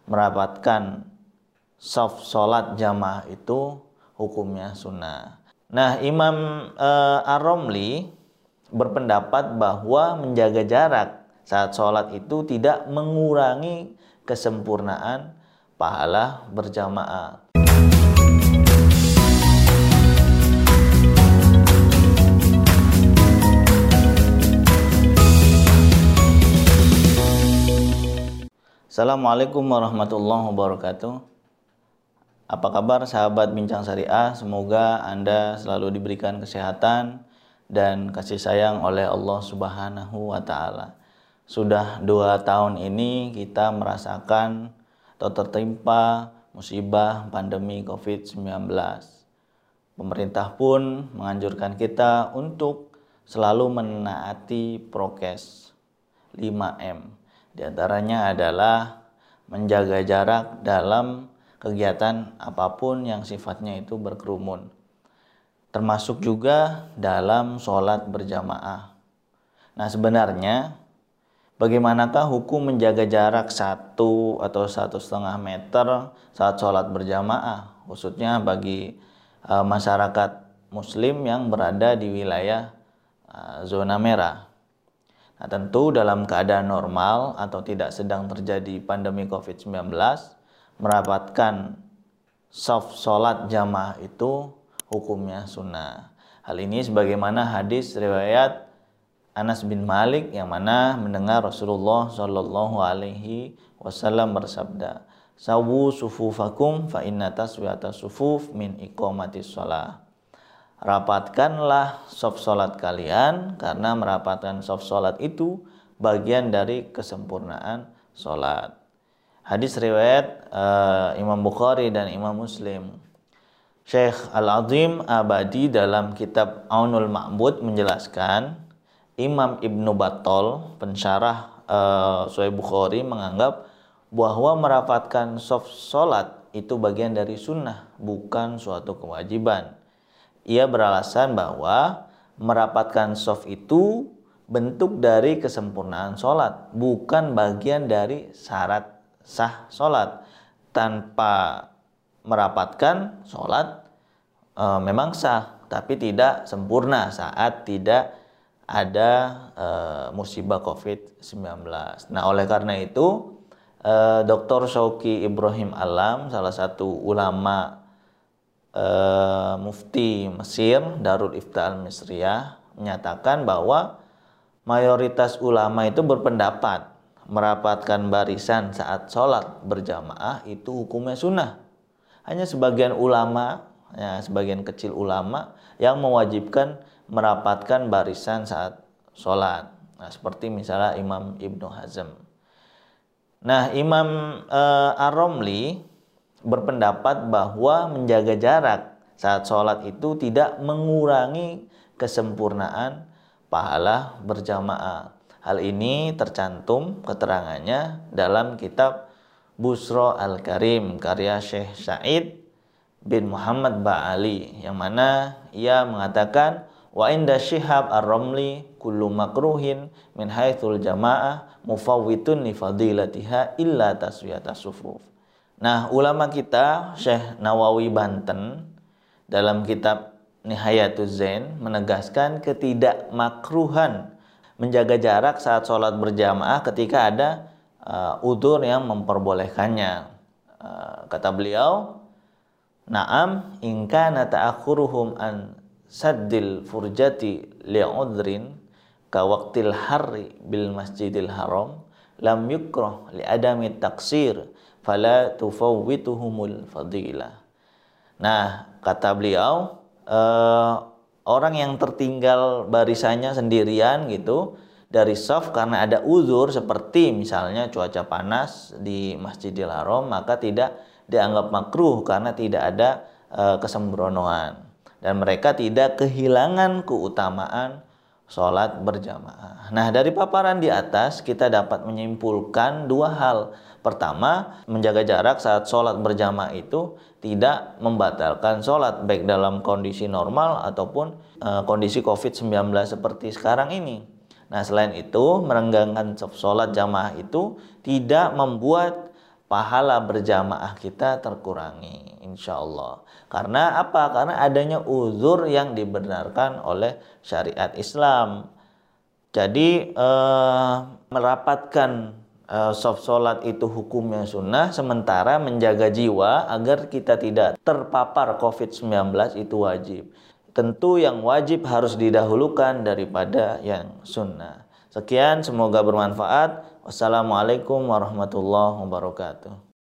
merapatkan shaf sholat jamaah itu hukumnya sunnah. Nah, Imam Ar-Romli berpendapat bahwa menjaga jarak saat sholat itu tidak mengurangi kesempurnaan pahala berjamaah. Assalamualaikum warahmatullahi wabarakatuh. Apa kabar sahabat Bincang Syariah? Semoga Anda selalu diberikan kesehatan dan kasih sayang oleh Allah Subhanahu wa Ta'ala. Sudah 2 tahun ini kita merasakan atau tertimpa musibah pandemi COVID-19. Pemerintah pun menganjurkan kita untuk selalu menaati prokes 5M. Di antaranya adalah menjaga jarak dalam kegiatan apapun yang sifatnya itu berkerumun. Termasuk juga dalam sholat berjamaah. Nah, sebenarnya bagaimanakah hukum menjaga jarak 1 atau 1,5 meter saat sholat berjamaah, khususnya bagi masyarakat muslim yang berada di wilayah zona merah. Nah, tentu dalam keadaan normal atau tidak sedang terjadi pandemi COVID-19, merapatkan shaf sholat jamaah itu hukumnya sunnah. Hal ini sebagaimana hadis riwayat Anas bin Malik yang mana mendengar Rasulullah Shallallahu Alaihi Wasallam bersabda, "Sawu sufufakum fa inna taswiyata sufuf min iqamatis shalah." Rapatkanlah shaf sholat kalian, karena merapatkan shaf sholat itu bagian dari kesempurnaan sholat. Hadis riwayat Imam Bukhari dan Imam Muslim. Syekh Al-Azim Abadi dalam kitab Aunul Ma'bud menjelaskan, Imam Ibnu Battal, pensyarah Sahih Bukhari, menganggap bahwa merapatkan shaf sholat itu bagian dari sunnah, bukan suatu kewajiban. Ia beralasan bahwa merapatkan shaf itu bentuk dari kesempurnaan sholat, bukan bagian dari syarat sah sholat. Tanpa merapatkan sholat memang sah, tapi tidak sempurna saat tidak ada musibah COVID-19. Nah, oleh karena itu Dr. Syauqi Ibrahim Alam, salah satu ulama Mufti Mesir, Darul Ifta Al-Misriyah, menyatakan bahwa mayoritas ulama itu berpendapat merapatkan barisan saat sholat berjamaah itu hukumnya sunnah. Hanya sebagian ulama, sebagian kecil ulama yang mewajibkan merapatkan barisan saat sholat. Nah, seperti misalnya Imam Ibnu Hazm. Nah, Imam Ar-Romli berpendapat bahwa menjaga jarak saat sholat itu tidak mengurangi kesempurnaan pahala berjamaah. Hal ini tercantum keterangannya dalam kitab Busra Al-Karim karya Syekh Sa'id bin Muhammad Ba'ali, yang mana ia mengatakan, wa inda Syihab Ar-Romli kullu makruhin min haitsul jamaah mufawwitun li fadilatiha illa taswiyatas sufuf. Nah, ulama kita Syekh Nawawi Banten dalam kitab Nihayatuz Zain menegaskan ketidakmakruhan menjaga jarak saat sholat berjamaah ketika ada udzur yang memperbolehkannya. Kata beliau, "Na'am in kana ta'akhuruhum an saddil furjati li'udhrin ka waqtil harri bil masjidil haram lam yukrah li adami taksir fala tufawwituhumul fadilah." Nah, kata beliau, orang yang tertinggal barisannya sendirian gitu dari shaf karena ada uzur seperti misalnya cuaca panas di Masjidil Haram, maka tidak dianggap makruh karena tidak ada kesembronoan, dan mereka tidak kehilangan keutamaan sholat berjamaah. Nah, dari paparan di atas kita dapat menyimpulkan 2 hal. Pertama, menjaga jarak saat sholat berjamaah itu tidak membatalkan sholat, baik dalam kondisi normal ataupun kondisi COVID-19 seperti sekarang ini. Nah, selain itu, merenggangkan sholat jamaah itu tidak membuat pahala berjamaah kita terkurangi insya Allah. Karena apa? Karena adanya uzur yang dibenarkan oleh syariat Islam. Jadi merapatkan soft sholat itu hukumnya sunnah, sementara menjaga jiwa agar kita tidak terpapar COVID-19 itu wajib. Tentu yang wajib harus didahulukan daripada yang sunnah. Sekian, semoga bermanfaat. Wassalamualaikum warahmatullahi wabarakatuh.